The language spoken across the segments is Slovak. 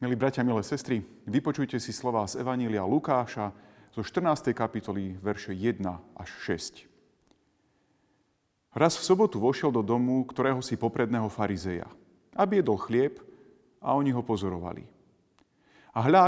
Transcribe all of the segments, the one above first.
Milí bratia, milé sestry, vypočujte si slová z Evanília Lukáša zo 14. kapitoly, verše 1 až 6. Raz v sobotu vošiel do domu ktorého si popredného farizeja, aby jedol chlieb, a oni ho pozorovali. A hľa,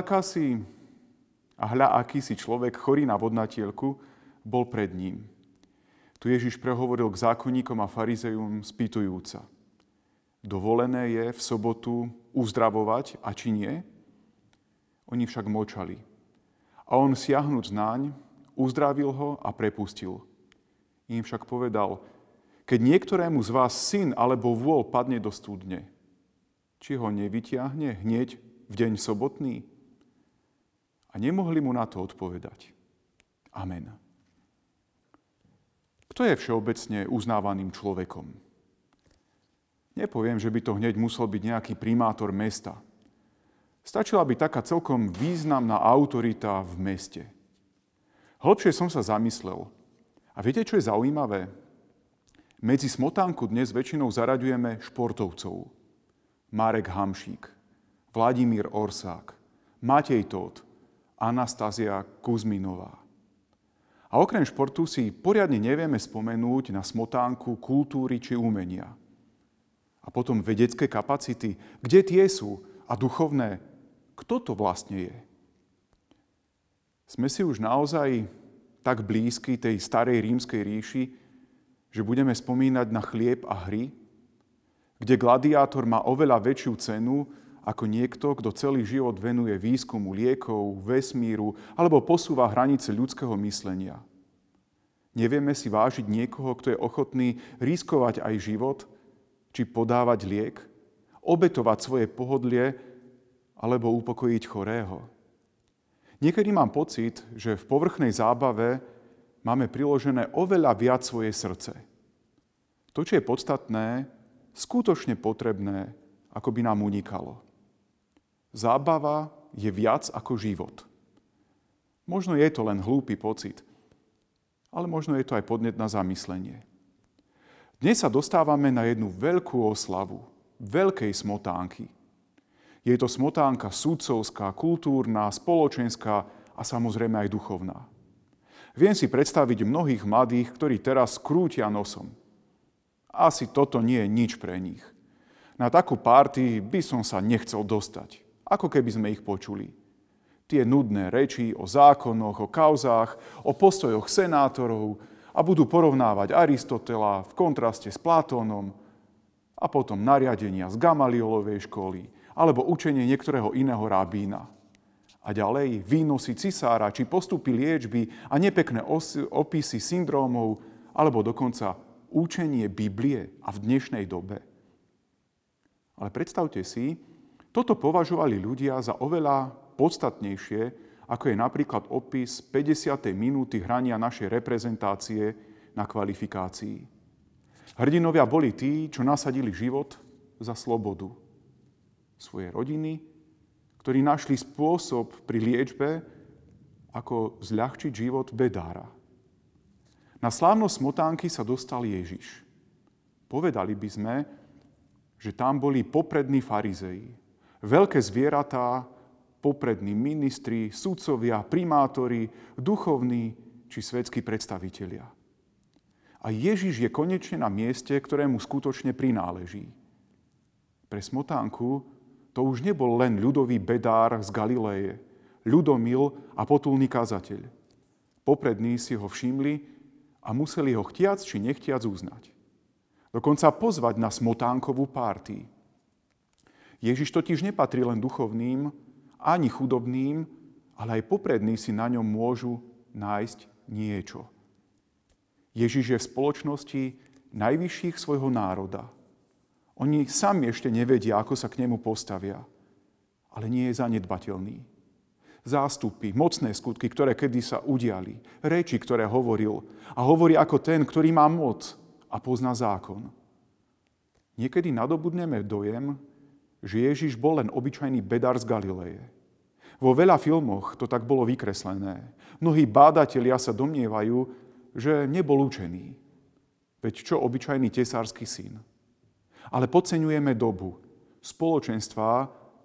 akýsi človek chorý na vodnatielku bol pred ním. Tu Ježiš prehovoril k zákonníkom a farizejom spýtujúca: Dovolené je v sobotu uzdravovať, a či nie? Oni však mlčali. A on siahnuc naň, uzdravil ho a prepustil. Im však povedal: Keď niektorému z vás syn alebo vôl padne do studne, či ho nevytiahne hneď v deň sobotný? A nemohli mu na to odpovedať. Amen. Kto je všeobecne uznávaným človekom? Nepoviem, že by to hneď musel byť nejaký primátor mesta. Stačila by taká celkom významná autorita v meste. Hlbšie som sa zamyslel. A viete, čo je zaujímavé? Medzi smotánku dnes väčšinou zaraďujeme športovcov. Marek Hamšík, Vladimír Orsák, Matej Tóth, Anastázia Kuzminová. A okrem športu si poriadne nevieme spomenúť na smotánku kultúry či umenia. A potom vedecké kapacity, kde tie sú? A duchovné, kto to vlastne je? Sme si už naozaj tak blízky tej starej rímskej ríši, že budeme spomínať na chlieb a hry, kde gladiátor má oveľa väčšiu cenu ako niekto, kto celý život venuje výskumu liekov, vesmíru alebo posúva hranice ľudského myslenia. Nevieme si vážiť niekoho, kto je ochotný riskovať aj život, či podávať liek, obetovať svoje pohodlie alebo upokojiť chorého. Niekedy mám pocit, že v povrchnej zábave máme priložené oveľa viac svoje srdce. To, čo je podstatné, skutočne potrebné, ako by nám unikalo. Zábava je viac ako život. Možno je to len hlúpy pocit, ale možno je to aj podnet na zamyslenie. Dnes sa dostávame na jednu veľkú oslavu, veľkej smotánky. Je to smotánka sudcovská, kultúrna, spoločenská a samozrejme aj duchovná. Viem si predstaviť mnohých mladých, ktorí teraz krútia nosom. Asi toto nie je nič pre nich. Na takú party by som sa nechcel dostať, ako keby sme ich počuli. Tie nudné reči o zákonoch, o kauzách, o postojoch senátorov, a budú porovnávať Aristotela v kontraste s Platónom a potom nariadenia z Gamaliolovej školy alebo učenie niektorého iného rabína. A ďalej výnosy cisára či postupy liečby a nepekné opisy syndrómov alebo dokonca učenie Biblie a v dnešnej dobe. Ale predstavte si, toto považovali ľudia za oveľa podstatnejšie, ako je napríklad opis 50. minúty hrania našej reprezentácie na kvalifikácii. Hrdinovia boli tí, čo nasadili život za slobodu svojej rodiny, ktorí našli spôsob pri liečbe, ako zľahčiť život bedára. Na slávnosť smotánky sa dostal Ježiš. Povedali by sme, že tam boli poprední farizeji, veľké zvieratá, poprední ministri, sudcovia, primátori, duchovní či svetskí predstavitelia. A Ježiš je konečne na mieste, ktorému skutočne prináleží. Pre smotánku to už nebol len ľudový bedár z Galiléje, ľudomil a potulný kazateľ. Poprední si ho všimli a museli ho chtiac či nechtiac uznať. Dokonca pozvať na smotánkovú párty. Ježiš totiž nepatrí len duchovným, ani chudobným, ale aj poprední si na ňom môžu nájsť niečo. Ježiš je v spoločnosti najvyšších svojho národa. Oni sami ešte nevedia, ako sa k nemu postavia, ale nie je zanedbateľný. Zástupy, mocné skutky, ktoré kedy sa udiali, reči, ktoré hovoril a hovorí ako ten, ktorý má moc a pozná zákon. Niekedy nadobudneme dojem, že Ježiš bol len obyčajný bedár z Galileje. Vo veľa filmoch to tak bolo vykreslené. Mnohí bádatelia sa domnievajú, že nebol učený. Veď čo obyčajný tesársky syn. Ale podceňujeme dobu, spoločenstva a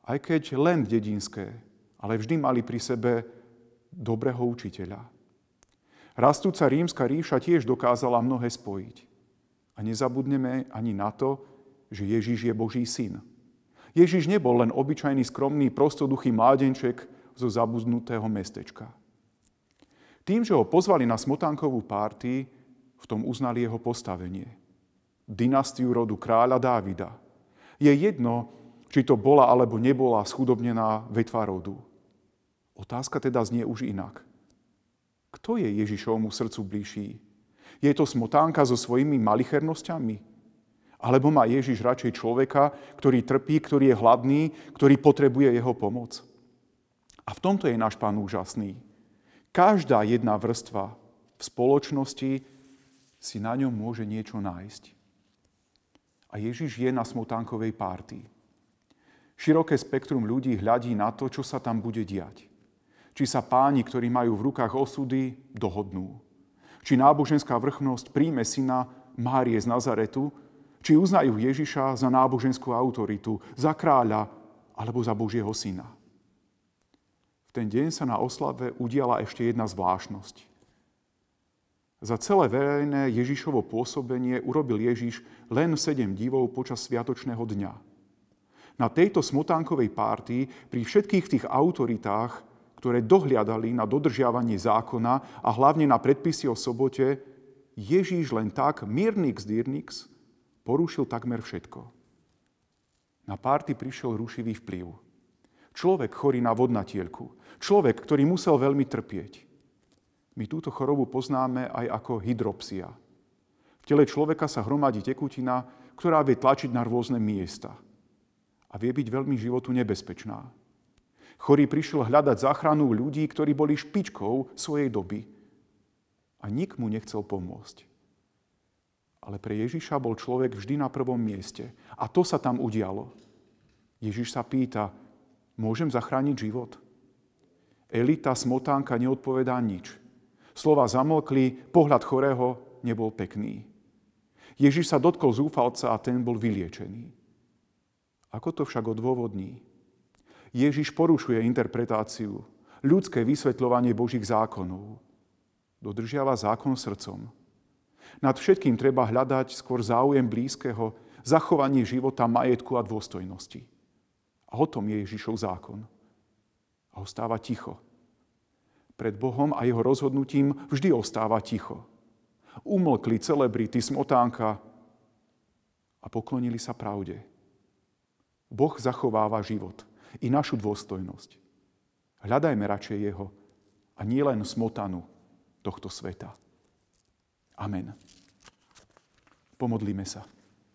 aj keď len dedinské, ale vždy mali pri sebe dobrého učiteľa. Rastúca rímska ríša tiež dokázala mnohé spojiť. A nezabudneme ani na to, že Ježiš je Boží syn. Ježiš nebol len obyčajný, skromný, prostoduchý mládenček zo zabudnutého mestečka. Tým, že ho pozvali na smotánkovú párty, v tom uznali jeho postavenie. Dynastiu rodu kráľa Dávida. Je jedno, či to bola alebo nebola schudobnená vetva rodu. Otázka teda znie už inak. Kto je Ježišovmu srdcu bližší? Je to smotánka so svojimi malichernosťami? Alebo má Ježiš radšej človeka, ktorý trpí, ktorý je hladný, ktorý potrebuje jeho pomoc? A v tomto je náš Pán úžasný. Každá jedna vrstva v spoločnosti si na ňom môže niečo nájsť. A Ježiš je na smotánkovej párty. Široké spektrum ľudí hľadí na to, čo sa tam bude diať. Či sa páni, ktorí majú v rukách osudy, dohodnú. Či náboženská vrchnosť príjme syna Márie z Nazaretu, či uznajú Ježiša za náboženskú autoritu, za kráľa alebo za Božieho syna. V ten deň sa na oslave udiala ešte jedna zvláštnosť. Za celé verejné Ježišovo pôsobenie urobil Ježiš len 7 divov počas sviatočného dňa. Na tejto smotánkovej párty, pri všetkých tých autoritách, ktoré dohliadali na dodržiavanie zákona a hlavne na predpisy o sobote, Ježíš len tak, mírnix dyrnix, porušil takmer všetko. Na párty prišiel rušivý vplyv. Človek chorý na vodnatielku. Človek, ktorý musel veľmi trpieť. My túto chorobu poznáme aj ako hydropsia. V tele človeka sa hromadí tekutina, ktorá vie tlačiť na rôzne miesta. A vie byť veľmi životu nebezpečná. Chorý prišiel hľadať záchranu ľudí, ktorí boli špičkou svojej doby. A nik mu nechcel pomôcť. Ale pre Ježiša bol človek vždy na prvom mieste. A to sa tam udialo. Ježiš sa pýta, môžem zachrániť život? Elita smotánka neodpovedá nič. Slova zamlkli, pohľad chorého nebol pekný. Ježiš sa dotkol zúfalca a ten bol vyliečený. Ako to však odôvodní? Ježiš porušuje interpretáciu, ľudské vysvetľovanie Božích zákonov. Dodržiava zákon srdcom. Nad všetkým treba hľadať skôr záujem blízkeho, zachovanie života, majetku a dôstojnosti. A o tom je Ježišov zákon. A ostáva ticho. Pred Bohom a jeho rozhodnutím vždy ostáva ticho. Umlkli celebrity, smotánka a poklonili sa pravde. Boh zachováva život i našu dôstojnosť. Hľadajme radšej jeho a nie len smotanu tohto sveta. Amen. Pomodlíme sa.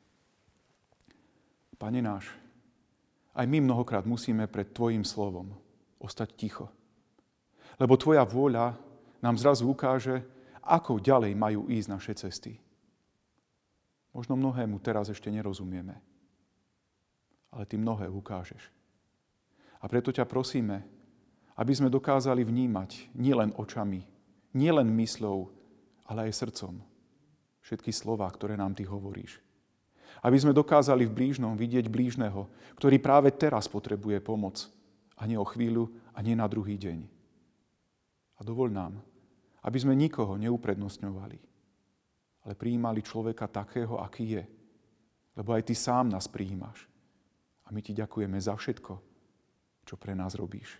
Pane náš, aj my mnohokrát musíme pred Tvojim slovom ostať ticho. Lebo Tvoja vôľa nám zrazu ukáže, ako ďalej majú ísť naše cesty. Možno mnohému teraz ešte nerozumieme, ale Ty mnohé ukážeš. A preto ťa prosíme, aby sme dokázali vnímať nielen očami, nielen mysľou, ale aj srdcom všetky slová, ktoré nám Ty hovoríš. Aby sme dokázali v blížnom vidieť blížneho, ktorý práve teraz potrebuje pomoc, a nie o chvíľu, a nie na druhý deň. A dovoľ nám, aby sme nikoho neuprednostňovali, ale prijímali človeka takého, aký je. Lebo aj Ty sám nás prijímaš. A my Ti ďakujeme za všetko, čo pre nás robíš.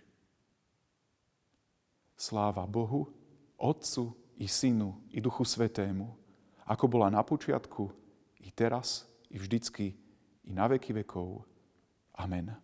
Sláva Bohu, Otcu i Synu i Duchu Svätému, ako bola na počiatku, i teraz, i vždycky, i na veky vekov. Amen.